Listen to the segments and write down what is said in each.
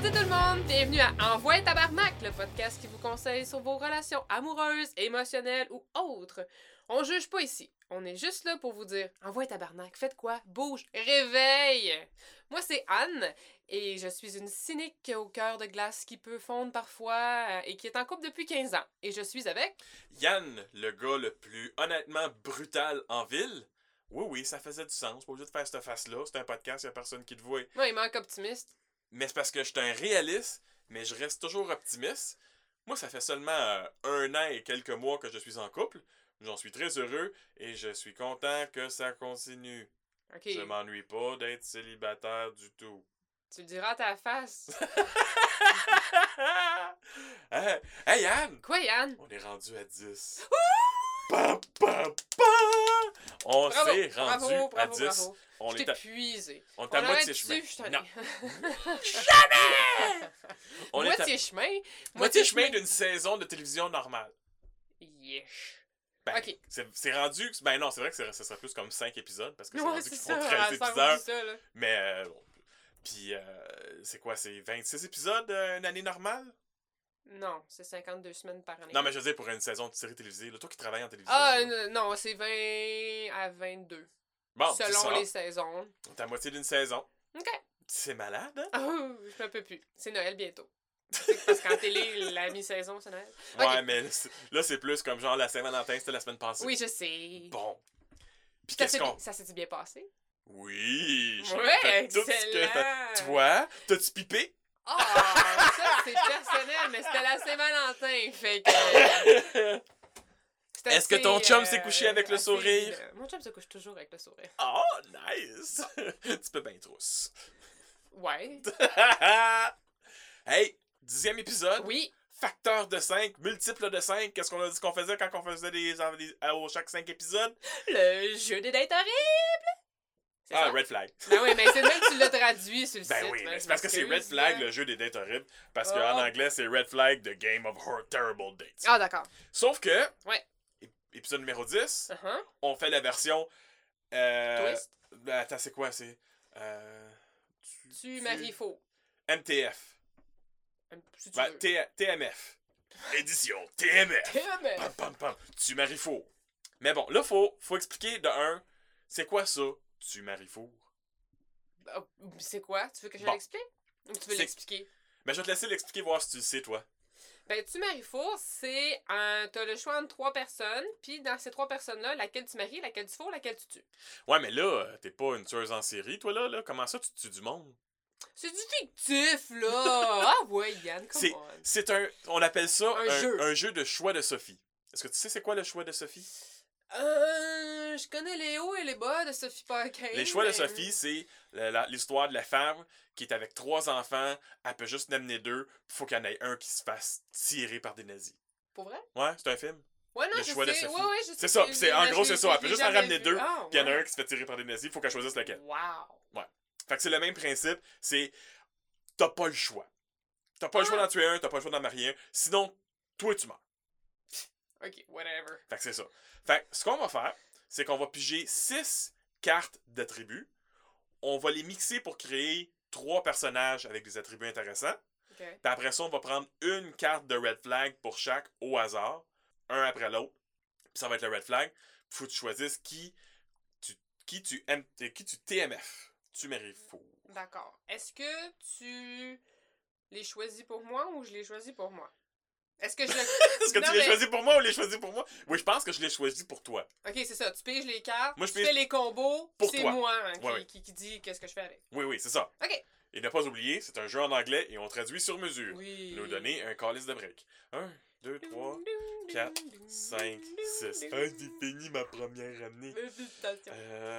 Santé tout le monde! Bienvenue à Envoie Tabarnak, le podcast qui vous conseille sur vos relations amoureuses, émotionnelles ou autres. On juge pas ici. On est juste là pour vous dire Envoie Tabarnak, faites quoi? Bouge, réveille! Moi c'est Anne et je suis une cynique au cœur de glace qui peut fondre parfois et qui est en couple depuis 15 ans. Et je suis avec... Yann, le gars le plus honnêtement brutal en ville. Oui, ça faisait du sens. Pas obligé de faire cette face-là. C'est un podcast, il a personne qui te voit. Moi, il manque optimiste. Mais c'est parce que je suis un réaliste, mais je reste toujours optimiste. Moi, ça fait seulement 1 an et quelques mois que je suis en couple. J'en suis très heureux et je suis content que ça continue. Ok, Je m'ennuie pas d'être célibataire du tout. tu le diras à ta face. Hey Yann! Quoi, Yann? On est rendu à 10. Pam, pam, pam! On Bravo, s'est rendu bravo, à bravo, 10. bravo. On Je est t'ai à, épuisé. on est à arrête moitié dessus, chemin. je suis Non. On est à Moitié chemin. moitié chemin d'une saison de télévision normale. Yesh. Ben, Ok. c'est rendu... Ben non, c'est vrai que ça serait plus comme 5 épisodes, parce que c'est Ouais, rendu c'est qu'ils ça. font à 13 ça, épisodes. oublie ça, là. Mais bon. Puis, c'est quoi, c'est 26 épisodes une année normale? Non, c'est 52 semaines par année. Non, mais je veux dire pour une saison de série télévisée. Là, toi qui travailles en télévision. Ah, là. non, c'est 20 à 22. Bon, c'est selon ça. les saisons. T'es à moitié d'une saison. OK. C'est malade, hein? Oh, je ne peux plus. C'est Noël bientôt. Parce qu'en télé, la mi-saison, c'est Noël. Ouais, Ok. mais là, c'est plus comme genre la Saint-Valentin, c'était la semaine passée. Oui, je sais. Bon. Puis Ça qu'est-ce s'est qu'on... ça s'est bien passé? Oui! J'ai Ouais, fait tout ce que excellent! fait. Toi, t'as-tu pipé? Ah, ça, c'est personnel, mais c'était la Saint-Valentin, fait que... c'est Est-ce que assez, ton chum s'est couché avec le assez sourire? évident. Mon chum se couche toujours avec le sourire. Oh, nice! Tu peux bien trousse. Ouais. Hey, 10e épisode. Oui. Facteur de 5, multiple de 5. Qu'est-ce qu'on a dit qu'on faisait quand on faisait chaque 5 épisodes? Le jeu des dates horribles. C'est Ah, ça? Red Flag. Ben oui, mais c'est même que tu l'as traduit sur le Ben site. oui, là, mais je c'est parce que c'est Red m'excuse, Flag, là. le jeu des dates horribles. Parce Oh. qu'en anglais, c'est Red Flag, The Game of Terrible Dates. Ah, d'accord. Sauf que, Ouais. épisode numéro 10, Uh-huh. on fait la version... Twist. Attends, c'est quoi? C'est... Tu maries faux. MTF. Si tu Ben, veux. TMF. Édition TMF. TMF. Pam, pam, pam. Tu maries faux. Mais bon, là, faut expliquer de un, c'est quoi ça, tu maries faux? Oh, c'est quoi? Tu veux que je Bon. l'explique? Ou tu veux C'est- l'expliquer? Mais je vais te laisser l'expliquer, voir si tu le sais, toi. Ben, tu maries faux, c'est t'as le choix entre 3 personnes, puis dans ces 3 personnes-là, laquelle tu maries, laquelle tu fous, laquelle tu tues. Ouais, mais là, t'es pas une tueuse en série, toi, là. Comment ça, tu tues du monde? C'est du fictif, là! Ah ouais, Yann, come on. C'est un... On appelle ça Un jeu. jeu de choix de Sophie. Est-ce que tu sais c'est quoi le choix de Sophie? Je connais les hauts et les bas de Sophie Paquin. Les choix de mais- Sophie, c'est l'histoire de la femme qui est avec 3 enfants, elle peut juste en amener 2, puis faut qu'il y en ait un qui se fasse tirer par des nazis. Pour vrai? Ouais, c'est un film. Ouais, non, Le je choix de sais. Sophie. Ouais, je sais. C'est ça, que c'est en gros, c'est ça. Elle je peut l'ai juste en jamais ramener vu. 2, Ah, puis il y en a ouais. un qui se fait tirer par des nazis, faut qu'elle choisisse lequel. Wow. Fait que c'est le même principe, c'est t'as pas le choix. T'as pas le choix d'en tuer un, t'as pas le choix d'en marier un, sinon, toi tu meurs. Ok, whatever. Fait que c'est ça. Fait que ce qu'on va faire, c'est qu'on va piger 6 cartes d'attributs. On va les mixer pour créer 3 personnages avec des attributs intéressants. Ok. Puis après ça, on va prendre une carte de red flag pour chaque au hasard, un après l'autre. Puis ça va être le red flag. Faut que tu choisisses qui tu TMF. Tu maries faux. D'accord. Est-ce que tu les choisis pour moi ou je les choisis pour moi? Est-ce que je... Est-ce que Non, tu l'as mais- choisi pour moi ou les choisi pour moi? Oui, je pense que je l'ai choisi pour toi. Ok, c'est ça. Tu piges les cartes, Moi, je tu pige fais les combos, pour c'est toi. moi hein, Ouais, ouais. qui dit qu'est-ce que je fais avec. Oui, c'est ça. Ok. Et ne pas oublier, c'est un jeu en anglais et on traduit sur mesure. Oui. Nous donner un calice de break. 1, 2, 3, 4, 5, 6. Ah, j'ai fini ma première année. Félicitations.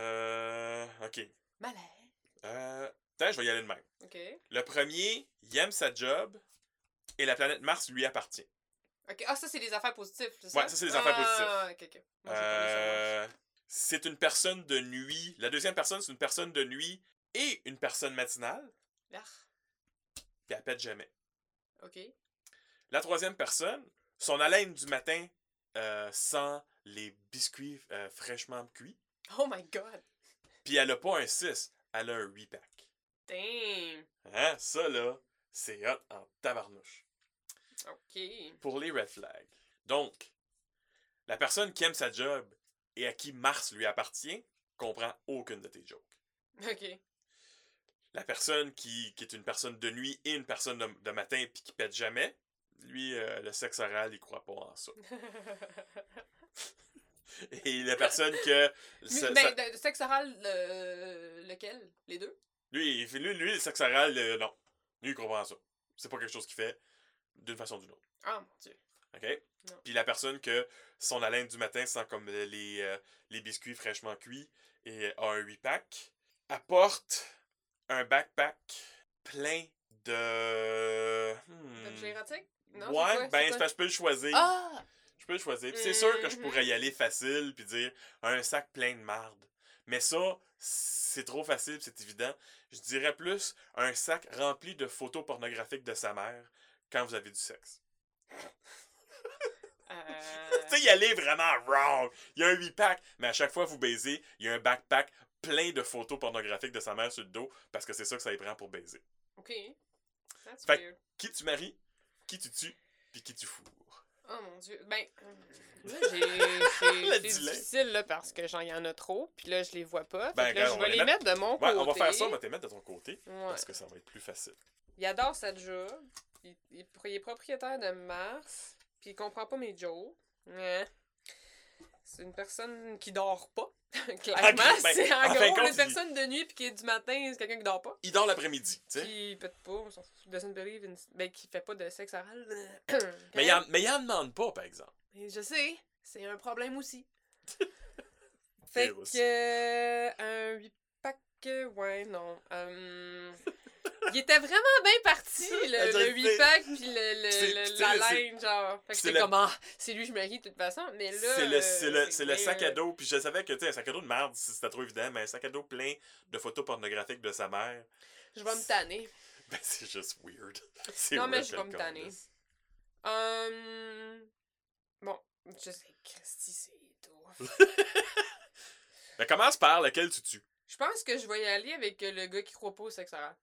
Ok. Malaise. Attends, je vais y aller de même. Ok. Le premier, il aime sa job et la planète Mars lui appartient. Ok. Ah, ça, c'est des affaires positives, c'est ça? Ouais, ça, c'est des affaires positives. Ah, ok, ok. Moi, j'ai pas les choses. C'est une personne de nuit. La deuxième personne, c'est une personne de nuit et une personne matinale. Ah, Puis elle pète jamais. ok. La troisième personne, son haleine du matin sent les biscuits fraîchement cuits. Oh my god. Puis elle a pas un 6, elle a un 8-pack. Damn. Hein? Ça, là, C'est hot en tabarnouche. OK. Pour les red flags. Donc, la personne qui aime sa job et à qui Mars lui appartient comprend aucune de tes jokes. OK. La personne qui est une personne de nuit et une personne de matin puis qui pète jamais, lui, le sexe oral, il croit pas en ça. Et la personne que... De sexe oral, lequel? Les deux? Lui, le sexe oral, non. Lui, il croit pas en ça. C'est pas quelque chose qu'il fait d'une façon ou d'une autre. Ah, mon Dieu. OK? Non. Puis la personne que son haleine du matin sent comme les biscuits fraîchement cuits et a un 8-pack, apporte un backpack plein de... D'objets érotiques? Non, Ouais, c'est ben, quoi? je peux le choisir. Ah! Je peux le choisir. Puis c'est sûr que je pourrais y aller facile puis dire un sac plein de marde. Mais ça, c'est trop facile, c'est évident. Je dirais plus un sac rempli de photos pornographiques de sa mère quand vous avez du sexe. Tu sais, y aller vraiment wrong. Il y a un 8-pack, mais à chaque fois que vous baisez, il y a un backpack plein de photos pornographiques de sa mère sur le dos parce que c'est ça que ça y prend pour baiser. OK. That's Fait weird. qui tu maries, qui tu tues, puis qui tu fourres. Oh mon Dieu. Ben, là, Le c'est delay. difficile, là, parce que y en a trop, puis là, je les vois pas. Ben, Fait que là, regarde, je on vais va les les mettre de mon Ouais, côté. on va faire ça, on va te mettre de ton côté Ouais. parce que ça va être plus facile. Il adore sa job. Il est propriétaire de Mars. Puis il comprend pas mes jokes. Ouais. C'est une personne qui dort pas. Clairement, Ok, ben, c'est en en fin de gros compte, une personne de nuit puis qui est du matin, c'est quelqu'un qui dort pas. Il dort l'après-midi, tu sais. Qui pète pas, on s'en fout. Doesn't believe in... Ben, qui fait pas de sexe oral. Mais il en demande pas, par exemple. Et je sais, c'est un problème aussi. Fait Virus. que... un 8-pack... Ouais, non. Il était vraiment bien parti, le 8-pack, puis la laine, genre. Fait que c'était comme, c'est lui, je marie de toute façon, mais là... C'est le sac à dos, puis je savais que, tu sais, un sac à dos de merde, c'était trop évident, mais un sac à dos plein de photos pornographiques de sa mère. Je vais me tanner. Ben, c'est juste weird. C'est Non, mais weird je vais me tanner. Bon, je sais, Christy, c'est tout. Ben, commence par lequel tu tues. Je pense que je vais y aller avec le gars qui croit pas au sexe oral.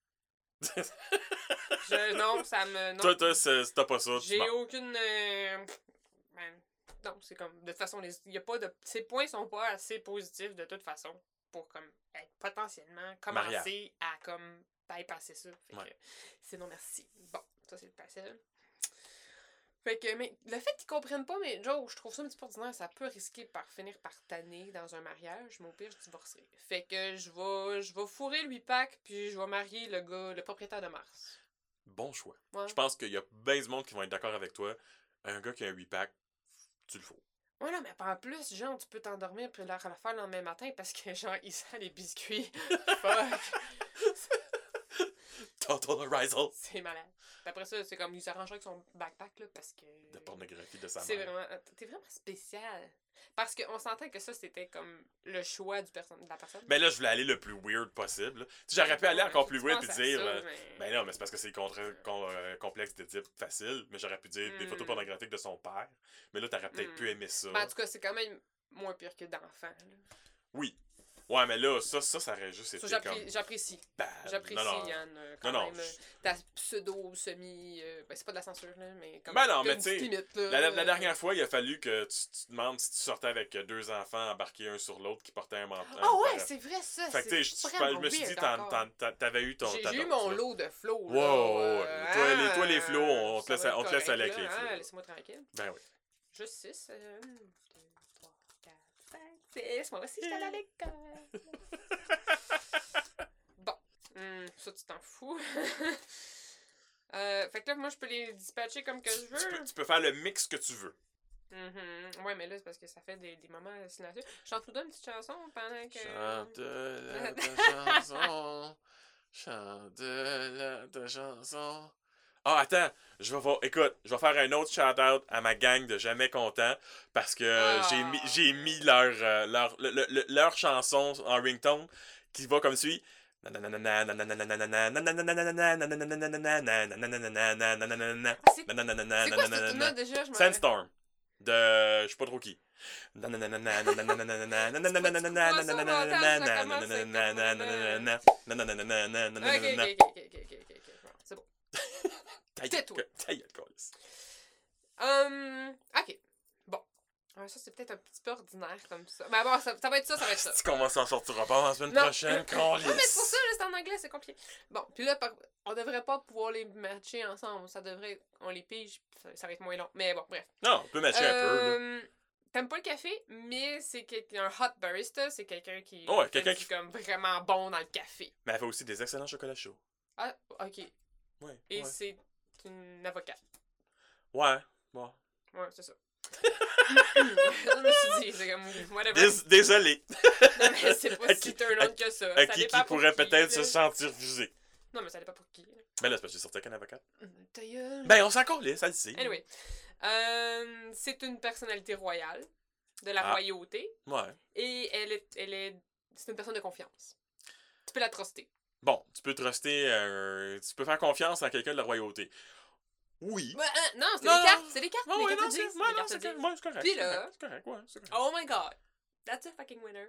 Non, ça me... Non. Toi, t'as pas ça, tu J'ai mens. aucune... ben, non, c'est comme... De toute façon, y a pas de... Ces points sont pas assez positifs de toute façon pour comme être potentiellement commencer Mariage. à comme bypasser ça. Fait Ouais. que c'est non merci. Bon, ça c'est facile. Fait que, mais le fait qu'ils comprennent pas mes jokes, je trouve ça un petit peu ordinaire. Ça peut risquer par finir par tanner dans un mariage, mais au pire, je divorcerai. Fait que je vais fourrer le 8-pack, puis je vais marier le gars, le propriétaire de Mars. Bon choix. Ouais. Je pense qu'il y a bien du monde qui vont être d'accord avec toi. Un gars qui a un 8-pack, tu le fous. Ouais, non, mais en plus, genre, tu peux t'endormir puis la faire le lendemain matin parce que, genre, il sent les biscuits. Fuck. Total arousal. C'est malade. Puis après ça, c'est comme, il s'arrangerait avec son backpack, là, parce que... De pornographie de sa C'est mère. vraiment... T'es vraiment spécial. Parce qu'on s'entend que ça, c'était comme le choix de la personne. Mais là, je voulais aller le plus weird possible. Tu sais, j'aurais pu aller encore plus weird et dire... Ben non, mais c'est parce que c'est complexe de type facile. Mais j'aurais pu dire des photos pornographiques de son père. Mais là, t'aurais peut-être pu aimer ça. Ben, en tout cas, c'est quand même moins pire que d'enfant. Là. Oui. Ouais, mais là, ça aurait juste été Ça, comme... j'apprécie. bad. J'apprécie, Non, non. Yann, Non, quand non, même. Ta pseudo-semi... ben, c'est pas de la censure, là, mais comme... Ben non, t'as mais une tu sais, petite limite, là. la dernière fois, il a fallu que tu te demandes si tu sortais avec deux enfants embarqués un sur l'autre qui portaient un manteau. Ah ouais, c'est vrai, ça. Fait que tu sais, je me suis dit, t'avais eu ton... J'ai eu mon lot de flots. Wow, toi, les flots, on te laisse aller avec les flots. flots. Laissez-moi tranquille. Ben oui. Juste 6. 1, 2, 3, 4, 5, 6. Moi aussi, je suis à l'école. Bon. Ça, tu t'en fous. Fait que là, moi, je peux les dispatcher comme que je veux. Tu peux faire le mix que tu veux. Ouais, mais là, c'est parce que ça fait des moments silencieux. Chante nous une petite chanson pendant que... Chante la chanson. Chante la chanson. Ah, attends, écoute, je vais faire un autre shout-out à ma gang de Jamais Content parce que j'ai mis leur chanson en ringtone qui va comme suit. C'est quoi cette tune-là déjà? Sandstorm de je sais pas trop qui. C'est bon. Tais-toi. Ta gueule, câlisse. Ok. Bon. Ça, c'est peut-être un petit peu ordinaire comme ça. Mais bon, ça va être ça, ça va être ça. Si qu'on s'en sortira pas la semaine Non. prochaine, câlisse. Non, mais c'est pour ça, là, c'est en anglais, c'est compliqué. Bon, puis là, on devrait pas pouvoir les matcher ensemble. Ça devrait. On les pige, ça va être moins long. Mais bon, bref. Non, on peut matcher un peu, là. T'aimes pas le café, mais c'est un hot barista, c'est quelqu'un qui Ouais, fait quelqu'un du qui- comme vraiment bon dans le café. Mais elle fait aussi des excellents chocolats chauds. Ah, ok. Ouais. Et ouais. c'est une avocate. Ouais. Bon. Ouais, c'est ça. Je me suis dit, c'est comme, whatever. Désolé. Non, mais c'est pas si turn on que ça. À Ça qui dépend pour pourrait qui, peut-être là. se sentir visé. Non, mais ça dépend pour qui. Là. Ben là, c'est parce que j'ai sorti avec un avocat. Ta gueule. Ben, on s'en calisse, ça le sait. Anyway. C'est une personnalité royale, de la Ah. royauté, Ouais. et c'est une personne de confiance. Tu peux la truster. Bon, tu peux tu peux faire confiance à quelqu'un de la royauté. Oui. Ouais, non, c'est Non, des cartes, non. c'est des cartes. Non, les ouais, cartes non, de c'est Jinx, ouais, les non, cartes c'est de correct. Jinx. Ouais, c'est correct. Puis c'est là- correct, c'est correct, ouais, c'est correct. Oh my god. That's a fucking winner.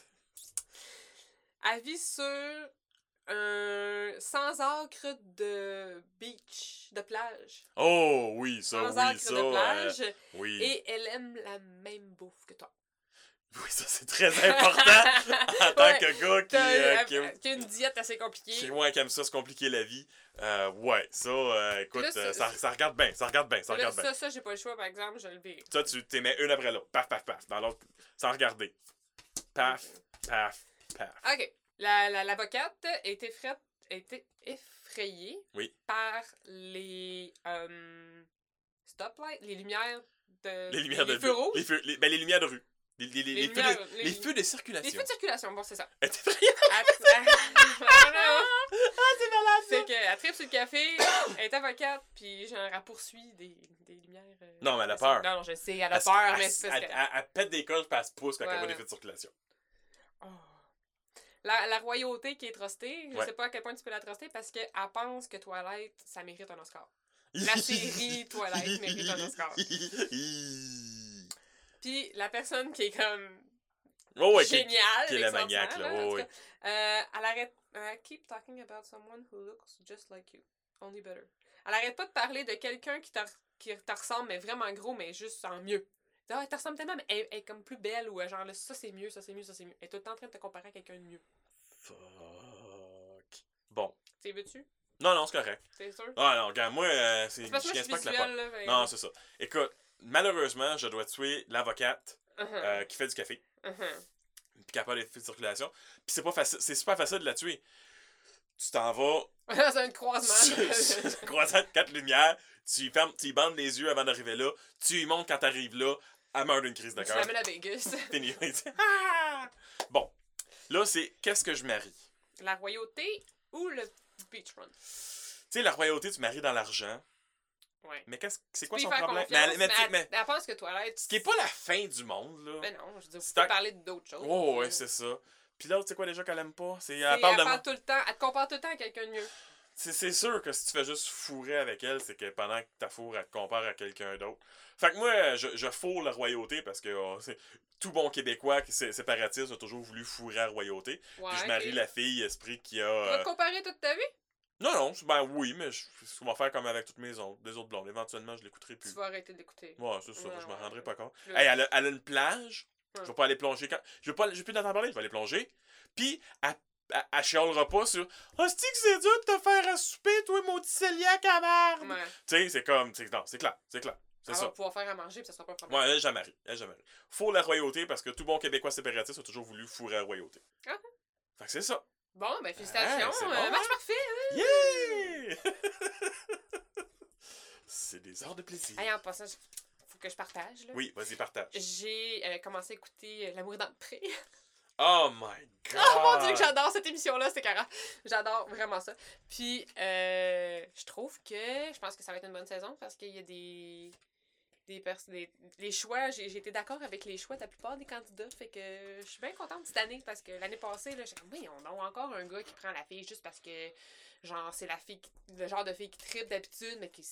Elle vit sur un sans acre de beach, de plage. Oh, oui, ça, Sans oui, acre ça. de plage. Oui. Et elle aime la même bouffe que toi. Oui, ça, c'est très important en tant Ouais. que gars qui Qui a une diète assez compliquée. qui aime ça se compliquer la vie. Ouais, ça, écoute, Là, c'est- ça regarde bien, ça regarde bien, ça Là, regarde bien. ça, j'ai pas le choix, par exemple, je le vire. Ça, tu t'es mets une après l'autre. Paf, paf, paf. Dans l'autre, sans regarder. Paf, paf, paf. Ok. L'avocate a été effrayée Oui. par les stoplights, les lumières de. Les lumières de feux rouges. les lumières de rue. Les lumières- feux les- les feux de Les circulation. feux de circulation, bon, c'est ça. Elle était effrayée. C'est malade! Fait qu'elle tripe sur le café, elle est avocate, puis genre, elle poursuit des lumières. Non, mais elle a peur. Non, je sais, elle a peur, mais c'est parce que. Elle pète des coches et elle se pousse quand Ouais, elle voit ouais. des feux de circulation. Oh. La royauté qui est trustée, je Ouais. sais pas à quel point tu peux la truster parce qu'elle pense que Twilight, ça mérite un Oscar. La série Twilight mérite un Oscar. Puis la personne qui est comme Oh, ouais, géniale, qui est la extraordinaire, maniaque, là. en Oh, tout oui. cas, elle arrête. Keep talking about someone who looks just like you, only better. Elle arrête pas de parler de quelqu'un qui te ressemble, mais vraiment gros, mais juste en mieux. Ah, elle te ressemble tellement, mais elle est comme plus belle, ou genre, là, ça c'est mieux, ça c'est mieux, ça c'est mieux. Elle est tout le temps en train de te comparer à quelqu'un de mieux. Fuck. Bon. Tu veux-tu? Non, c'est correct. C'est sûr? Ah non, regarde, moi, C'est parce que moi, je suis pas que la visuelle, là. fait- Non, c'est ça. Écoute, malheureusement, je dois tuer l'avocate Uh-huh. qui fait du café, Uh-huh. puis capable d'être fait de circulation. Puis c'est pas facile, c'est super facile de la tuer. Tu t'en vas, C'est un croisement. croisant de 4 lumières, tu y bandes les yeux avant d'arriver là, tu y montes quand t'arrives là, elle meurt d'une crise de Tu cœur. l'amènes à Vegas. Fini. Ah! Bon, là, c'est qu'est-ce que je marie? La royauté ou le beach run? Tu sais, la royauté, tu maries dans l'argent, Ouais. mais c'est Tu quoi peux y son faire problème? confiance, Mais elle pense que Twilight... ce qui est pas la fin du monde, là. Ben non, je veux dire, C'est tu peux un- parler d'autres choses. Oh, ouais, c'est ça. Puis l'autre, c'est quoi déjà qu'elle aime pas? C'est- Elle parle de moi. tout le temps, elle te compare tout le temps à quelqu'un de mieux. C'est sûr que si tu fais juste fourrer avec elle, c'est que pendant que ta fourre, elle te compare à quelqu'un d'autre. Fait que moi, je fourre la royauté parce que tout bon Québécois qui est séparatiste a toujours voulu fourrer la royauté. Ouais, Puis je marie ok. la fille esprit qui Tu vas a... te comparer toute ta vie? Non, ben oui, mais je vais faire comme avec toutes mes autres, des autres blondes. Éventuellement, je l'écouterai plus. Tu vas arrêter de l'écouter. Ouais, c'est ça, Ouais, je m'en ouais. rendrai pas compte. Plus. Hey, elle a une plage. Ouais. Je vais pas aller plonger quand. Je vais plus t'entendre parler, je vais aller plonger. Puis, elle chialera pas sur Ah, c'est que c'est dur de te faire à souper, toi, maudit celiac à merde. Ouais. Tu sais, c'est comme. Non, c'est clair. C'est Elle ça. va pouvoir faire à manger, puis ça sera pas un problème. Ouais, elle jamais ri. Faut la royauté parce que tout bon Québécois séparatiste a toujours voulu fourrer la royauté. Ah. Fait que c'est ça. Bon, ben félicitations. Ah, c'est bon, match hein? parfait. Hein? Yeah! C'est des heures de plaisir. Hey, en passant, faut que je partage. Là. Oui, vas-y, partage. J'ai commencé à écouter L'amour dans le pré. Oh my god! Oh mon dieu, que j'adore cette émission-là, c'est carré. J'adore vraiment ça. Puis, je trouve que je pense que ça va être une bonne saison parce qu'il y a les choix. J'ai été d'accord avec les choix de la plupart des candidats. Fait que je suis bien contente cette année parce que l'année passée, là, j'étais comme, oui, on a encore un gars qui prend la fille juste parce que, genre, c'est le genre de fille qui tripe d'habitude, mais qui c'est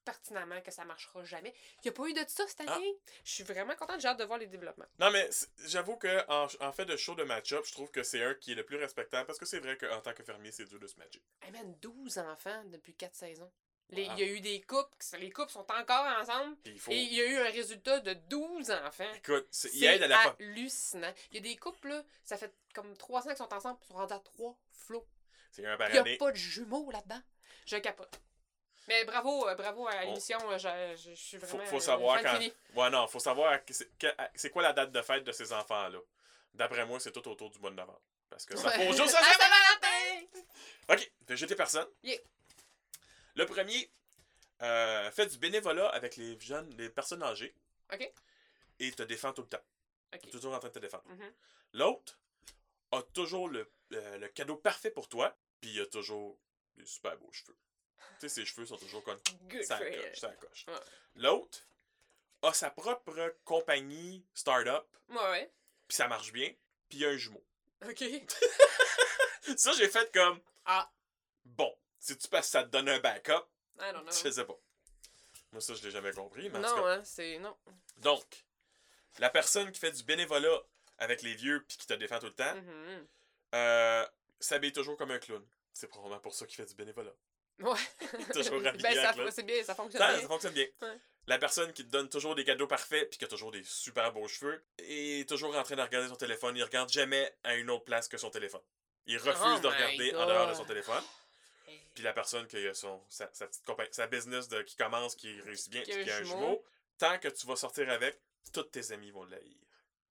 pertinemment que ça marchera jamais. Il n'y a pas eu de ça cette Ah. année. Je suis vraiment contente, j'ai hâte de voir les développements. Non, mais j'avoue que en fait de show de match-up, je trouve que c'est un qui est le plus respectable parce que c'est vrai qu'en tant que fermier, c'est dur de se matcher. Hey man, 12 enfants depuis 4 saisons. Wow. Il y a eu des couples, les couples sont encore ensemble, Puis il faut. et il y a eu un résultat de 12 enfants. Écoute, il C'est aide à la fois. hallucinant. Il y a des couples, là, ça fait comme 3 ans qu'ils sont ensemble, ils sont rendus à 3 flots. C'est un par Il n'y a année. pas de jumeaux là-dedans. Je capote. Mais bravo à l'émission, je suis vraiment Faut savoir fan quand. fini. Ouais, non, faut savoir c'est quoi la date de fête de ces enfants-là. D'après moi, c'est tout autour du mois de novembre. Parce que ça faut juste Ah, Saint-Valentin! Ok, fais jeter personne. Yeah. Le premier fait du bénévolat avec les jeunes, les personnes âgées. Ok. Et te défend tout le temps. Ok. Toujours en train de te défendre. Mhm. L'autre a toujours le cadeau parfait pour toi, puis il a toujours des super beaux cheveux. Tu sais, ses cheveux sont toujours comme Good ça for coche, you. ça coche. Ouais. L'autre a sa propre compagnie start-up, Ouais. puis ça marche bien, puis il a un jumeau. Ok. Ça, j'ai fait comme, Ah. bon, c'est-tu parce que ça te donne un backup? I don't know. Je sais pas. Moi, ça, je l'ai jamais compris, mais en tout Non, cas. hein, c'est... Non. Donc, la personne qui fait du bénévolat avec les vieux puis qui te défend tout le temps, Mhm. s'habille toujours comme un clown. C'est probablement pour ça qu'il fait du bénévolat. Ouais. Toujours habillé Ben, en clown. c'est bien, ça fonctionne Ça, bien. ça fonctionne bien. Ouais. La personne qui te donne toujours des cadeaux parfaits puis qui a toujours des super beaux cheveux est toujours en train de regarder son téléphone. Il regarde jamais à une autre place que son téléphone. Il refuse Oh de my regarder en God. dehors de son téléphone. Hey. Puis la personne qui a sa petite compagnie, sa business qui commence, qui réussit bien, Qui a puis un qui a un jumeau. jumeau, tant que tu vas sortir avec, tous tes amis vont l'haïr.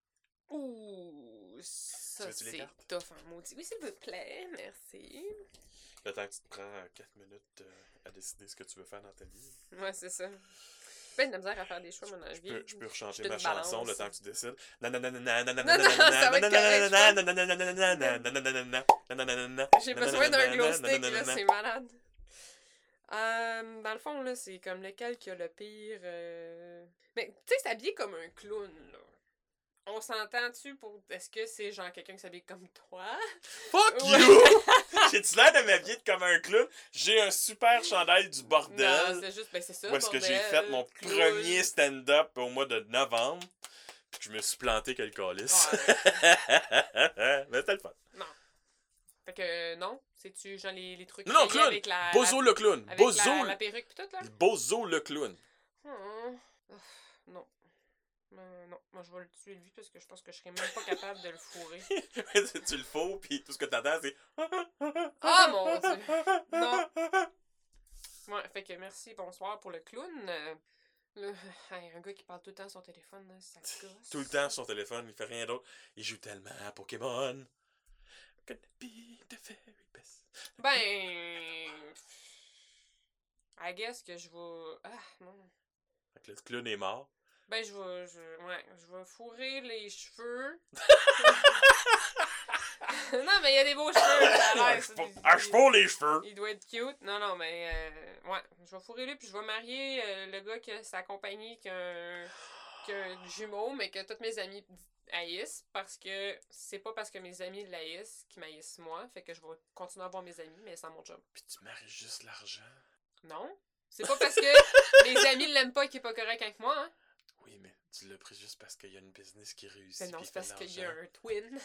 Ouh, ça veux-tu les c'est cartes? tough en maudit. Oui, s'il vous plaît, merci. Le temps que tu te prends 4 minutes à décider ce que tu veux faire dans ta vie. Ouais, c'est ça. J'ai pas de misère à faire des choix, moi, dans la vie. Je peux rechanter Je ma te chanson balance. le temps que tu décides. J'ai besoin d'un glow stick, là, c'est malade. Dans le fond, là, c'est comme lequel qui a le pire... Mais, tu sais, s'habiller comme un clown, là. On s'entend-tu pour... Est-ce que c'est genre quelqu'un qui s'habille comme toi? Fuck Ouais. you! J'ai-tu l'air de m'habiller comme un clown? J'ai un super chandail du Non, bordel. c'est juste... Ben, c'est ça, Où est-ce que j'ai bordel, fait mon clown. premier stand-up au mois de novembre. Puis que je me suis planté que le calice. Ouais. Mais c'était le fun. Non. Fait que, non. C'est-tu genre les trucs... Non, non, payés clown! avec la... Bozo le clown! Avec Bozo la perruque pis tout, là? Bozo le clown! Non. Non, moi je vais le tuer lui parce que je pense que je serais même pas capable de le fourrer. Tu le fous, puis tout ce que t'attends, c'est. Ah mon dieu! Non. Ouais, fait que merci, bonsoir pour le clown. Là, hey, un gars qui parle tout le temps sur son téléphone, là, ça gosse. Tout le temps sur son téléphone, il fait rien d'autre. Il joue tellement à Pokémon. Gonna be the very best. Ben. I guess que je vais. Ah, non. Fait que le clown est mort. Ben, je vais fourrer les cheveux. Non, mais il y a des beaux cheveux, ça a l'air, ça. Un chevaux, les cheveux! Il doit être cute. Non, mais ouais, je vais fourrer lui, puis je vais marier le gars qui a sa compagnie, qui a un jumeau, mais que tous mes amis haïssent, parce que c'est pas parce que mes amis l'haïssent qu'ils m'haïssent moi, fait que je vais continuer à avoir mes amis, mais sans mon job. Puis tu maries juste l'argent. Non, c'est pas parce que mes amis l'aiment pas qu'il est pas correct avec moi, hein. Oui, mais tu l'as pris juste parce qu'il y a une business qui réussit. Mais non, puis c'est il fait parce de qu'il y a l'argent. un twin.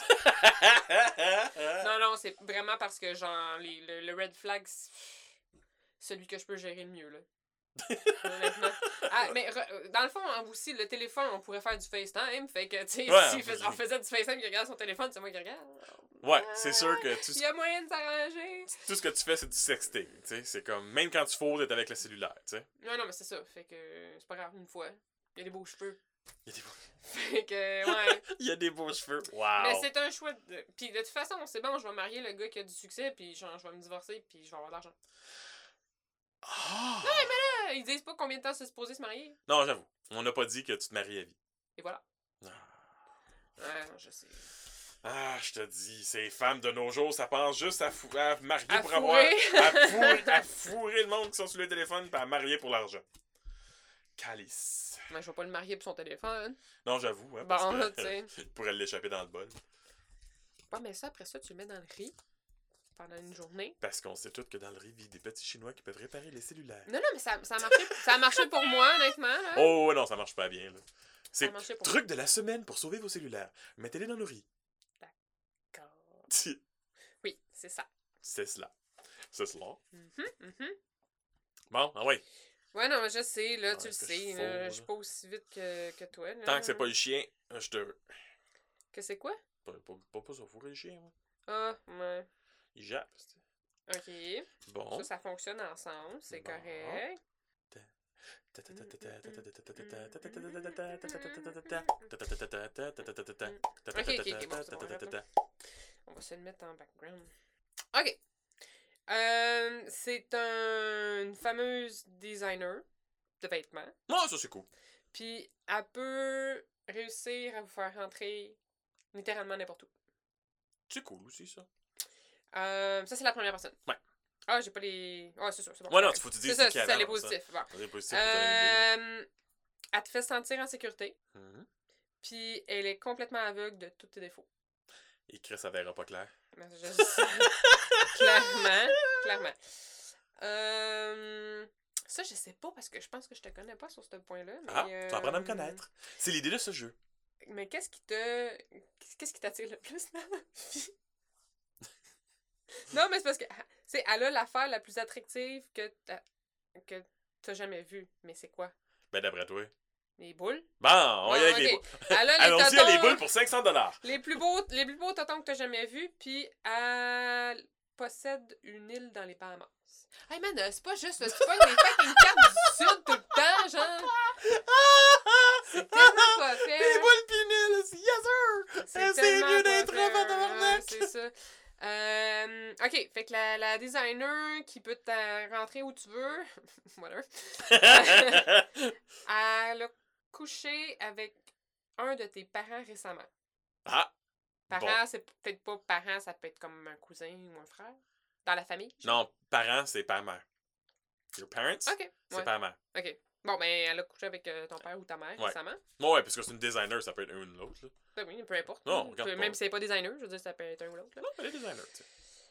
Non, c'est vraiment parce que, genre, le red flag, c'est celui que je peux gérer le mieux, là. Honnêtement. Ah, mais dans le fond, aussi, le téléphone, on pourrait faire du FaceTime. Fait que, tu sais, Ouais, si on faisait du FaceTime, il regarde son téléphone, c'est moi qui regarde. Ouais, c'est sûr que Il y a moyen de s'arranger. tout ce que tu fais, c'est du sexting. Tu sais, c'est comme, même quand tu fous, t'es avec le cellulaire, tu sais. Non, mais c'est ça. Fait que c'est pas grave, une fois. Il y a des beaux cheveux. Il y a des beaux, Fait que, ouais. il y a des beaux cheveux. Wow! Mais c'est un choix de... Puis de toute façon, c'est bon, je vais marier le gars qui a du succès, puis genre, je vais me divorcer, puis je vais avoir de l'argent. Ah! Ah, ils disent pas combien de temps c'est supposé se marier. Non, j'avoue. On n'a pas dit que tu te maries à vie. Et voilà. Ah. Ouais, non, je sais. Ah, je te dis, ces femmes de nos jours, ça pense juste à marier À pour fourrer. à fourrer le monde qui sont sur le téléphone puis à marier pour l'argent. Calice. Mais je vais pas le marier pour son téléphone. Non, j'avoue, hein, Bon, parce là, que tu sais. il pourrait l'échapper dans le bol. Ouais, mais ça, après ça, tu le mets dans le riz. pendant une journée. Parce qu'on sait tous que dans le riz vit des petits Chinois qui peuvent réparer les cellulaires. Non, mais ça a marché pour moi, honnêtement. Là. Oh, ouais, non, ça marche pas bien, là. Ça a C'est marché pour truc de la semaine pour sauver vos cellulaires. Mettez-les dans le riz. moi. D'accord. C'est Oui, c'est ça. cela. C'est cela. Mhm. Bon, ah ouais. Ouais, non, mais je sais, là, Ah, tu le est-ce que sais. je suis là, faux, je suis pas aussi vite que toi. Là. Tant que c'est pas le chien, je te... Que c'est quoi? Pas ça fourrer le chien, moi. Ah, ouais. Il jappe. Ok. Bon. Ça fonctionne ensemble, c'est Bon. correct. Ok, bon, c'est bon, on va se le mettre en background. Ok. C'est une fameuse designer de vêtements. Oh, ça c'est cool. Puis elle peut réussir à vous faire rentrer littéralement n'importe où. C'est cool aussi, ça. Ça, c'est la première personne. Ouais. Ah, j'ai pas les. Ah, c'est sûr, c'est bon. Ouais, non, faut te dire C'est ça, qui c'est ça, les avant, ça. positifs. Bon. Les positifs, faut donner une idée. Elle te fait sentir en sécurité. Mhm. Puis elle est complètement aveugle de tous tes défauts. Et Chris, ça verra pas clair. Ben, clairement. Ça, je sais pas parce que je pense que je te connais pas sur ce point-là. Mais, Ah, tu vas apprendre à me connaître. C'est l'idée de ce jeu. Mais qu'est-ce qui t'attire le plus dans la vie? Non, mais c'est parce que elle a l'affaire la plus attractive que t'as jamais vue. Mais c'est quoi? Ben, d'après toi. Les boules? Bon, on va y aller avec les ok. boules. Elle a les Allons-y à totons, les boules pour 500$. les plus beaux totons que t'as jamais vus, puis elle possède une île dans les Bahamas. Hey man, c'est pas juste, c'est pas des fucking cartes du Sud tout le temps, genre. C'est tellement pas fait. Les boules pinelles, yes sir! C'est tellement mieux pas d'être fait, avant tabarnak! c'est ça. Ok, fait que la designer qui peut te rentrer où tu veux, whatever, elle a couché avec un de tes parents récemment. Ah! Parents, c'est peut-être pas parents, ça peut être comme un cousin ou un frère. Dans la famille. Non, parents, c'est père-mère. Your parents, Ok. c'est Ouais. père-mère. Ok. Bon, ben, elle a couché avec ton père ou ta mère Ouais. récemment. Ouais, parce que c'est une designer, ça peut être une ou l'autre. Là. Ben oui, peu importe. Non, regarde pas. Même si elle n'est pas designer, je veux dire, ça peut être un ou l'autre. là. Non, elle est designer, tu sais.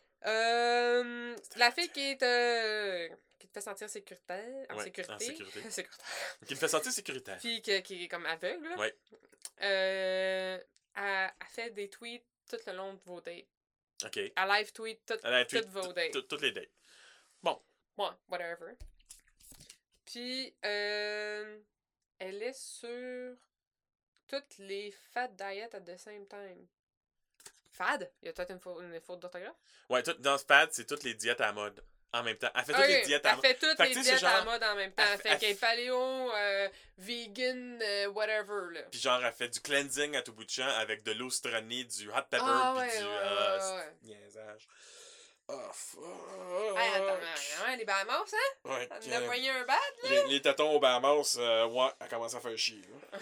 La fille qui te fait sentir sécuritaire. En Ouais, sécurité. en sécurité. Sécuritaire. Qui me fait sentir sécuritaire. Puis qui est comme aveugle. Là. Ouais. Elle fait des tweets tout le long de vos dates. OK. Elle live tweet toutes vos dates. Toutes les dates. Ouais, whatever. Puis, elle est sur toutes les fad diet at the same time. Fad? Il y a peut-être une faute d'orthographe? Ouais, dans ce pad, c'est toutes les diètes à la mode. En même temps. Elle fait toutes les diètes à la mode. Elle fait toutes les tu sais, diètes c'est à la genre- mode en même temps. Elle fait qu'elle est paléo, vegan, whatever, là. Puis genre, elle fait du cleansing à tout bout de champ avec de l'eau citronnée, du hot pepper, Ah, puis ouais, du... ouais. niaisage. Oh, fuck. Hey, attends, hein, les Bahamas, hein? Ouais, On a poigné un bad, là? les tatons au Bahamas, ouais, elle commence à faire chier, là.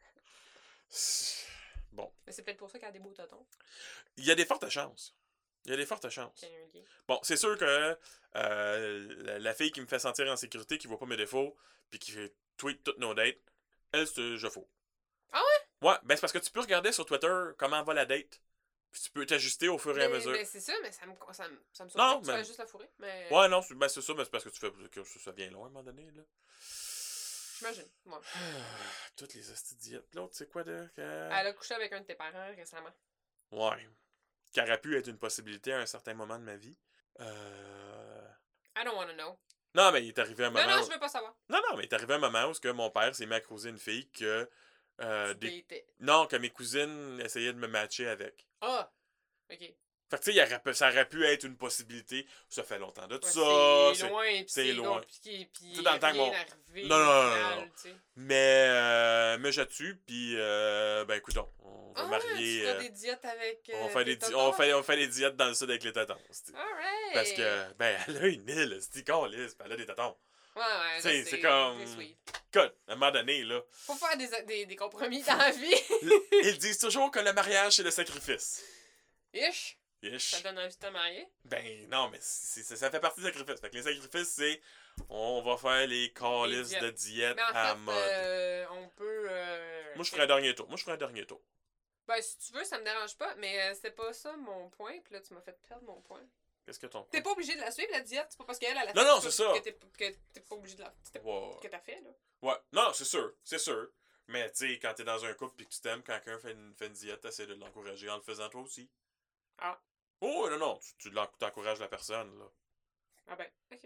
Bon. Mais c'est peut-être pour ça qu'elle a des beaux totons. Il y a des fortes chances. Il y a des fortes chances. Qu'il y a un lien. Bon, c'est sûr que la fille qui me fait sentir en sécurité, qui voit pas mes défauts, puis qui fait tweet toutes nos dates, elle, c'est je faux. Ah ouais? Ouais, ben c'est parce que tu peux regarder sur Twitter comment va la date. Puis tu peux t'ajuster au fur et à mesure. Mais c'est ça, mais ça me surprend Non, que tu mais- fasses juste la fourrer. Mais... Ouais, non, c'est ça, mais c'est parce que tu fais que ça vient loin à un moment donné, là. J'imagine, ouais. Toutes les hosties de diètes. L'autre, c'est quoi de... Elle a couché avec un de tes parents récemment. Ouais. Qui aurait pu être une possibilité à un certain moment de ma vie. I don't wanna know. Non, mais il est arrivé un moment... Non, où- je veux pas savoir. Non, mais il est arrivé un moment où ce que mon père s'est mis à creuser une fille que... Datais. Non, que mes cousines essayaient de me matcher avec. Ah! Ok. Fait que tu sais, ça aurait pu être une possibilité. Ça fait longtemps de Ouais, ça. c'est loin, pis c'est loin. compliqué, pis Tu sais, dans le temps que rien mon- arrivé. Non, au non, final, non. tu sais. Mais j'ai dessus, puis ben écoute, on va Ah, marier. tu fais des diètes avec. On fait tes des tontons? on fait des diètes dans le sud avec les tatons. c'est- Alright! Parce que, ben, elle a une île, c'est calisse, puis elle a des tatons. Ouais, Tu sais, je c'est sais, comme- c'est sweet. Écoute, à un moment donné, là, Faut faire des compromis dans la vie. ils disent toujours que le mariage, c'est le sacrifice. Ish! Ish. Ça te donne envie de te marier? Ben non, mais ça fait partie des sacrifices. Fait que les sacrifices, c'est on va faire les calices diètes. de diète Mais en à fait, mode. on peut. Moi, je ferais un dernier tour. Ben, si tu veux, ça me dérange pas, mais c'est pas ça mon point, pis là, tu m'as fait perdre mon point. Qu'est-ce que ton... T'es pas obligé de la suivre, la diète. C'est pas parce qu'elle a la Non, non, c'est ça. Que t'es pas obligé de la... Ouais. Que t'as fait, là. Ouais. Non, c'est sûr. C'est sûr. Mais, tu sais, quand t'es dans un couple pis que tu t'aimes, quand quelqu'un fait une diète, t'essaies de l'encourager en le faisant toi aussi. Ah. Oh, non, non. Tu t'encourages la personne, là. Ah ben, ok.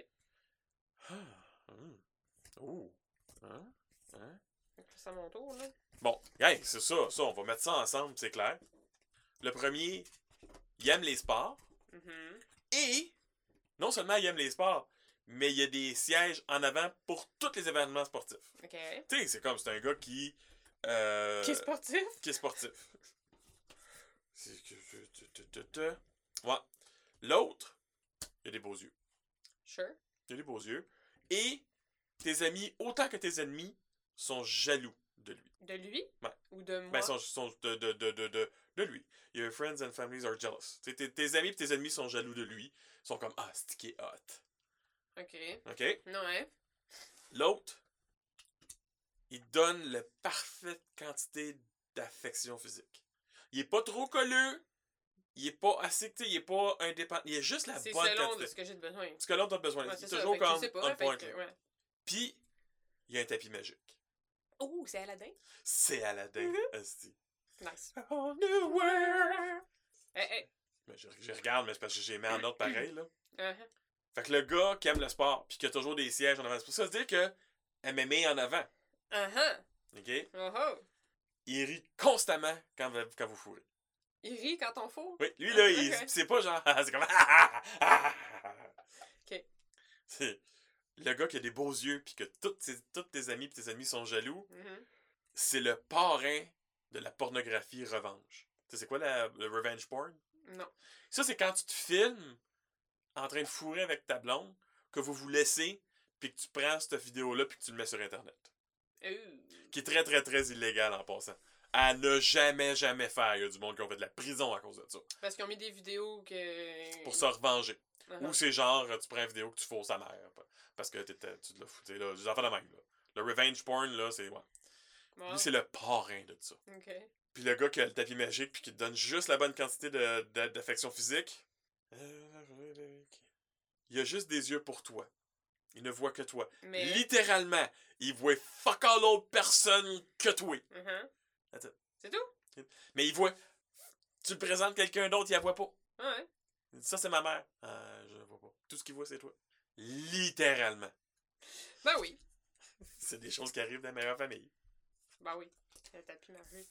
Oh. Hein? Hein? C'est à mon tour, là. Bon, hey, c'est ça, on va mettre ça ensemble, c'est clair. Le premier, il aime les sports. Et, non seulement il aime les sports, mais il y a des sièges en avant pour tous les événements sportifs. Ok. Tu sais, c'est un gars qui... Qui est sportif? Qui est sportif. Ouais. L'autre, il a des beaux yeux. Sure. Il a des beaux yeux. Et tes amis, autant que tes ennemis, sont jaloux de lui. De lui? Ouais. Ou de moi? Ben, sont de lui. Your friends and families are jealous. Tes amis et tes ennemis sont jaloux de lui. Ils sont comme, ah, c'est qui est hot. Ok. OK? Ouais. L'autre, il donne la parfaite quantité d'affection physique. Il est pas trop colleux. Il est pas assez, tu sais, il est pas indépendant. Il est juste la bonne quantité. C'est selon de ce que j'ai besoin. Ce que l'autre a besoin. Ouais, c'est ça. toujours Fait que comme je sais pas, on point. ouais. Puis, il y a un tapis magique. Oh, c'est Aladdin? C'est Aladdin, asti. Nice. On the world. Hey. Mais je regarde, mais c'est parce que j'ai mis en ordre pareil, là. Uh-huh. Fait que le gars qui aime le sport, puis qui a toujours des sièges en avant, c'est pour ça se dire que MMA en avant. Uh-huh. OK? Oh-oh. Il rit constamment quand vous fourrez. Il rit quand on fout? Oui, lui, là, Okay. c'est pas genre... c'est comme... OK. C'est le gars qui a des beaux yeux, puis que tous tes amis et tes ennemis sont jaloux, c'est le parrain de la pornographie revanche. Tu sais, c'est quoi le revenge porn? Non. Ça, c'est quand tu te filmes en train de fourrer avec ta blonde, que vous vous laissez, puis que tu prends cette vidéo-là, puis que tu le mets sur Internet. Qui est très, très, très illégal en passant. À ne jamais, jamais faire. Il y a du monde qui ont fait de la prison à cause de ça. Parce qu'ils ont mis des vidéos que... Pour se revenger. Uh-huh. Ou c'est genre, tu prends une vidéo que tu fous sa mère. Parce que tu te l'as foutu. Là, des enfants de même. Là. Le revenge porn, là, c'est... Ouais. Bon. Lui, c'est le parrain de ça. OK. Puis le gars qui a le tapis magique, puis qui te donne juste la bonne quantité d'affection physique. Il a juste des yeux pour toi. Il ne voit que toi. Mais... Littéralement, il voit fuck all autre personne que toi. Uh-huh. That's it. C'est tout? Mais il voit... Tu le présentes quelqu'un d'autre, il la voit pas. Ouais. Il dit, ça, c'est ma mère. Je la vois pas. Tout ce qu'il voit, c'est toi. Littéralement. Ben oui. C'est des choses qui arrivent dans la meilleure famille. Ben oui. Le tapis m'a vu.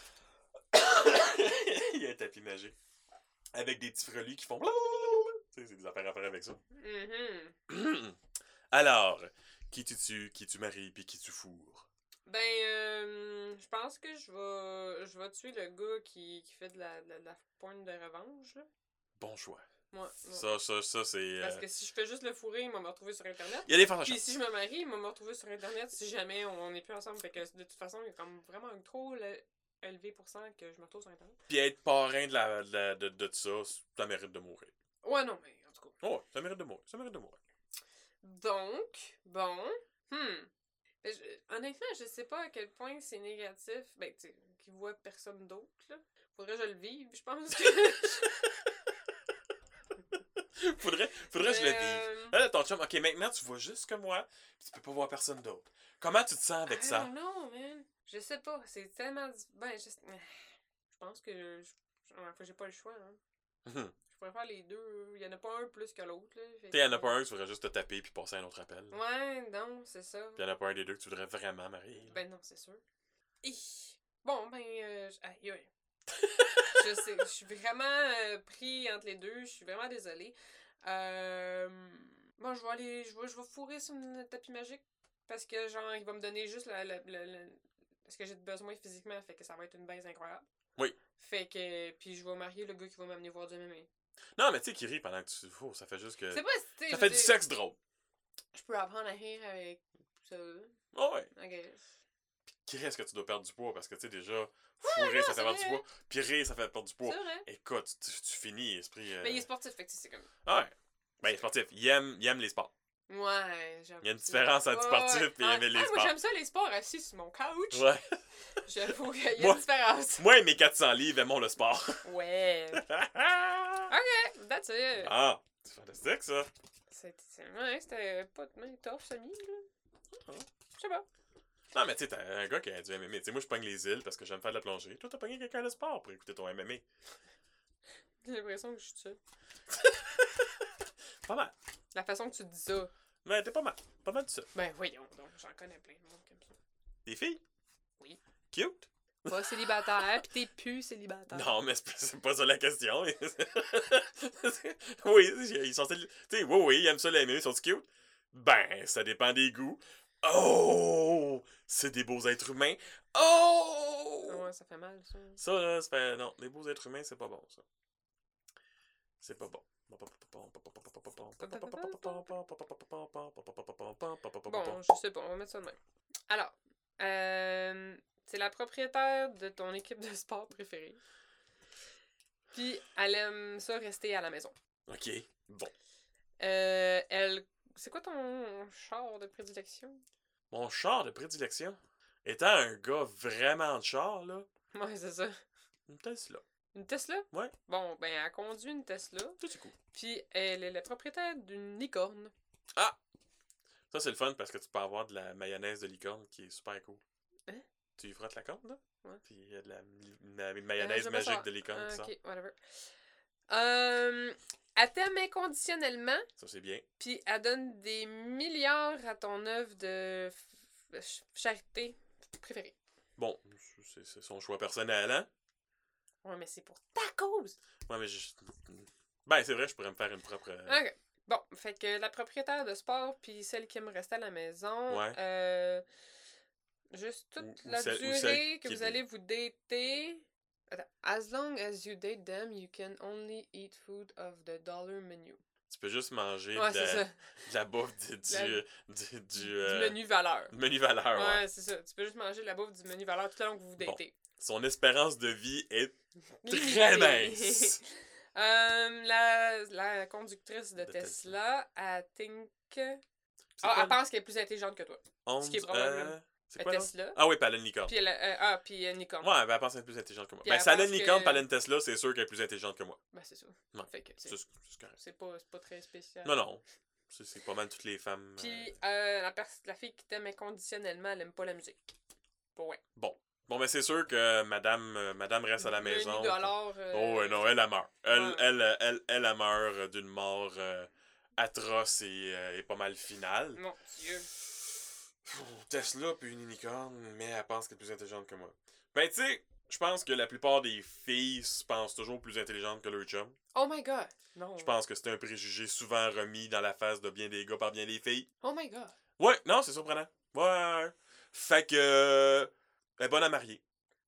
Il y a un tapis magique. Avec des petits frelus qui font... Tu sais, c'est des affaires à faire avec ça. Alors, qui tu tues, qui tu maries, puis qui tu fourres? Ben, je pense que je vais tuer le gars qui fait de la pointe de revanche, là. Bon choix. Ouais. Ça, c'est... Parce que si je fais juste le fourrer, il va me retrouver sur Internet. Il y a des fortes Puis chances. si je me marie, il va me retrouver sur Internet si jamais on n'est plus ensemble. Fait que de toute façon, il y a comme vraiment un trop élevé pourcent que je me retrouve sur Internet. Puis être parrain de ça, ça mérite de mourir. Ouais, non, mais en tout cas. Oh, ça mérite de mourir. Ça mérite de mourir. Donc, bon. Honnêtement, je sais pas à quel point c'est négatif. Ben, tu sais, qu'il voit personne d'autre, là. Faudrait que je le vive, je pense que... faudrait que je le vive. Là, ton chum, ok, maintenant tu vois juste que moi, pis tu peux pas voir personne d'autre. Comment tu te sens avec ça? Non, man. Je sais pas. C'est tellement... Ben, je pense que j'ai pas le choix, hein. Je pourrais faire les deux. Il y en a pas un plus que l'autre, là. Tu sais, il y en a pas un que tu voudrais juste te taper puis passer à un autre appel. Ouais, non, c'est ça. Puis il y en a pas un des deux que tu voudrais vraiment marier. Là. Ben non, c'est sûr. Bon, ben... ouais. Je sais, je suis vraiment pris entre les deux. Je suis vraiment désolée. Bon, je vais fourrer sur le tapis magique. Parce que, genre, il va me donner juste ce que j'ai besoin physiquement. Fait que ça va être une baise incroyable. Oui. Fait que... Puis je vais marier le gars qui va m'amener voir du MMA. Non, mais tu sais, qui rit pendant que tu fous, ça fait juste que... C'est pas... Ça fait du sexe drôle. Je peux apprendre à rire avec ça. Oh ouais. I guess. Puis qui reste que tu dois perdre du poids? Parce que, tu sais, déjà, fourrer, ça fait perdre du poids. Puis rire, ça fait perdre du poids. C'est vrai. Écoute, tu finis, esprit... Mais il est sportif, fait que c'est comme... Ouais. Ben, il est sportif. Il aime les sports. Ouais, j'avoue. Il y a une différence entre sportif et aimer les sports. Moi, j'aime ça, les sports assis sur mon couch. Ouais. J'avoue qu'il y a une différence. Moi et mes 400 livres aimons le sport. Ouais. OK, that's it. Ah. C'est fantastique, ça. Ouais, c'était pas de tough, semi, là. Je sais pas. Non, mais tu sais, t'as un gars qui a du MMA. Tu sais, moi, je pogne les îles parce que j'aime faire de la plongée. Toi, t'as pogné quelqu'un de sport pour écouter ton MMA. J'ai l'impression que je suis seule. Pas mal. La façon que tu dis ça. Mais t'es pas mal. Pas mal de ça. Ben voyons donc, j'en connais plein de monde comme ça. Des filles? Oui. Cute? Pas célibataire, pis t'es plus célibataire. Non, mais c'est pas ça la question. Oui, ils sont... Tu sais, oui, ils aiment ça les MMA, ils sont cute? Ben, ça dépend des goûts. Oh! C'est des beaux êtres humains. Oh! Ouais, ça fait mal, ça. Ça, là, ça fait... Non, les beaux êtres humains, c'est pas bon, ça. C'est pas bon. Bon, je sais pas, on va mettre ça de même. Alors, c'est la propriétaire de ton équipe de sport préférée. Puis, elle aime ça rester à la maison. Ok, bon. C'est quoi ton char de prédilection? Mon char de prédilection? Étant un gars vraiment de char, là, Ouais, c'est ça. une Tesla. Une Tesla? Ouais. Bon, ben, elle conduit une Tesla. Tout est cool. Puis, elle est la propriétaire d'une licorne. Ah! Ça, c'est le fun parce que tu peux avoir de la mayonnaise de licorne qui est super cool. Hein? Tu y frottes la corne, là? Ouais. Puis il y a de la mayonnaise magique de licorne qui sort. Ok, whatever. Elle t'aime inconditionnellement, Ça, c'est bien. puis elle donne des milliards à ton œuvre de charité préférée. Bon, c'est son choix personnel, hein? Ouais, mais c'est pour ta cause! Ouais, mais ben, c'est vrai, je pourrais me faire une propre... Ok. Bon, fait que la propriétaire de sport, puis celle qui aime rester à la maison, Ouais. juste toute Ou la celle durée que qui vous est- allez vous dater. Attends. As long as you date them, you can only eat food of the dollar menu. Tu peux juste manger Ouais, c'est ça. de la bouffe du menu valeur. menu valeur, ouais. Ouais, c'est ça. Tu peux juste manger de la bouffe du menu valeur tout le long que vous datez. Son espérance de vie est Limitée. très mince. La conductrice de Tesla, elle think... elle pense qu'elle est plus intelligente que toi. Ce qui est probable. C'est quoi, Tesla. Ah oui, puis elle a une licorne. Puis puis Nikon. Ouais, ben elle pense qu'elle est plus intelligente que moi. Puis Ben, elle si elle a pense une licorne que- puis elle a une Tesla, c'est sûr qu'elle est plus intelligente que moi. Ben, c'est ça. Ouais. Fait que C'est correct. c'est pas très spécial. Non, non. C'est pas mal toutes les femmes. Puis la fille qui t'aime inconditionnellement, elle aime pas la musique. Pas ouais. Bon, ben c'est sûr que madame reste à la maison. Menu dollar. Oh, ouais, non, elle meurt. Ouais. Elle meurt d'une mort atroce et pas mal finale. Mon Dieu. Tesla puis une unicorne, mais elle pense qu'elle est plus intelligente que moi. Ben, tu sais, je pense que la plupart des filles se pensent toujours plus intelligentes que leur chum. Oh my god. Non. Je pense que c'est un préjugé souvent remis dans la face de bien des gars par bien des filles. Oh my god. Ouais, non, c'est surprenant. Ouais. Fait que... elle est bonne à marier.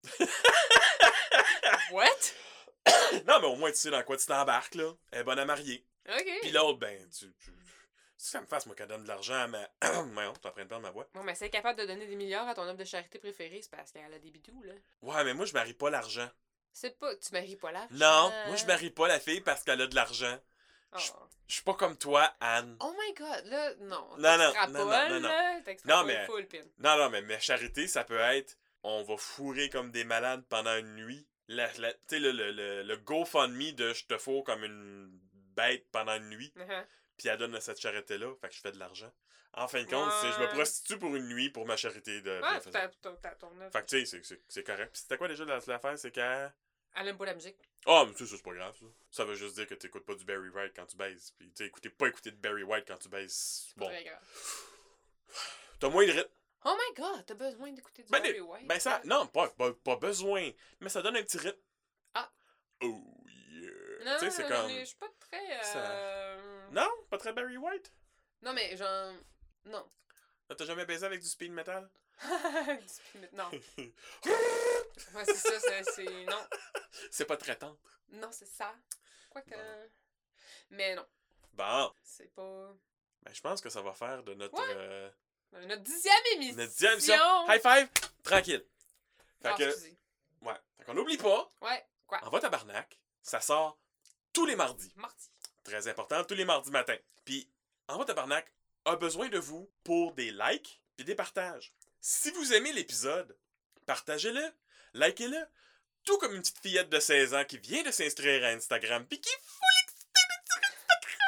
What? Non, mais au moins, tu sais dans quoi tu t'embarques, là. Elle est bonne à marier. Ok. Puis l'autre, ben, si ça me fasse, moi, qu'elle donne de l'argent, mais... Voyons, t'es en train de perdre ma voix. Bon, mais c'est capable de donner des milliards à ton œuvre de charité préférée, c'est parce qu'elle a des bidous, là. Ouais, mais moi, je marie pas l'argent. C'est pas... Tu maries pas l'argent. Non, moi, je marie pas la fille parce qu'elle a de l'argent. Oh. Je suis pas comme toi, Anne. Oh my god, là, non. Non, T'extrapoles, non. là. T'extrapoles mais- full pin. Non, mais ma charité, ça peut être... On va fourrer comme des malades pendant une nuit. Tu sais, le GoFundMe de je te fourre comme une bête pendant une nuit. Puis elle donne cette charité-là, fait que je fais de l'argent. En fin de compte, c'est je me prostitue pour une nuit pour ma charité de Ouais, bienfaisance. t'as ton œuvre. Fait que tu sais, c'est correct. Puis c'était quoi déjà l'affaire, c'est qu'elle... Elle aime pas la musique. Ah, mais tu sais, ça c'est pas grave, ça. Ça veut juste dire que t'écoutes pas du Barry White quand tu baises. Puis tu sais, pas écouter de Barry White quand tu baises. Pas Bon. très grave. T'as moins de rythme. Oh my god, t'as besoin d'écouter du Ben, Barry White. Ben ça, non, pas besoin. Mais ça donne un petit rythme. Ah. Oh yeah. Non, tu sais, c'est comme... je suis pas très... Non, pas très Barry White. Non, mais genre... Non. T'as jamais baisé avec du speed metal? Non. Ouais, c'est ça, c'est... Non. C'est pas très tendre. Non, c'est ça. Quoique... Bon. Mais non. Bon. C'est pas... Ben, je pense que ça va faire de notre... Notre 10e émission! Notre 10e émission. High five! Tranquille. Fait Ah, que... excusez. Ouais. Fait qu'on n'oublie pas, Ouais, quoi? En va tabarnak, ça sort tous les mardis. Mardi. Très important, tous les mardis matin. Puis, En va tabarnak a besoin de vous pour des likes puis des partages. Si vous aimez l'épisode, partagez-le, likez-le, tout comme une petite fillette de 16 ans qui vient de s'inscrire à Instagram puis qui est full excitée d'être sur Instagram.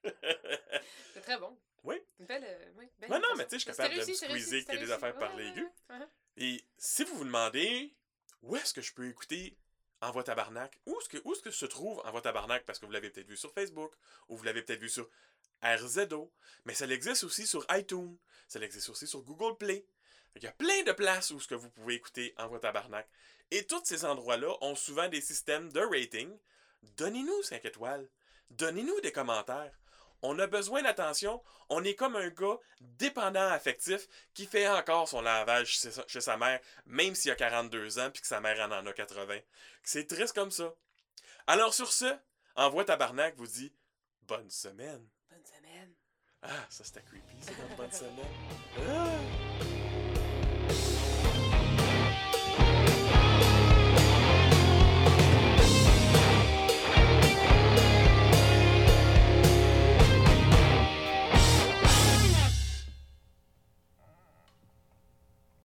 C'est très bon. Oui. Une belle, oui, belle Non, imitation. mais tu sais, je suis Mais capable de me c'est réussi, squeezer qu'il y a des affaires par les ouais, aigus. ouais. Et si vous vous demandez où est-ce que je peux écouter Envoi Tabarnak, où est-ce que se trouve Envoi Tabarnak, parce que vous l'avez peut-être vu sur Facebook, ou vous l'avez peut-être vu sur RZO, mais ça existe aussi sur iTunes, ça existe aussi sur Google Play. Il y a plein de places où ce que vous pouvez écouter Envoi Tabarnak. Et tous ces endroits-là ont souvent des systèmes de rating. Donnez-nous 5 étoiles. Donnez-nous des commentaires. On a besoin d'attention. On est comme un gars dépendant affectif qui fait encore son lavage chez sa mère, même s'il a 42 ans puis que sa mère en a 80. C'est triste comme ça. Alors sur ce, Envoi Tabarnak vous dit bonne semaine. Bonne semaine. Ah, ça c'était creepy, c'est comme bonne semaine. Ah!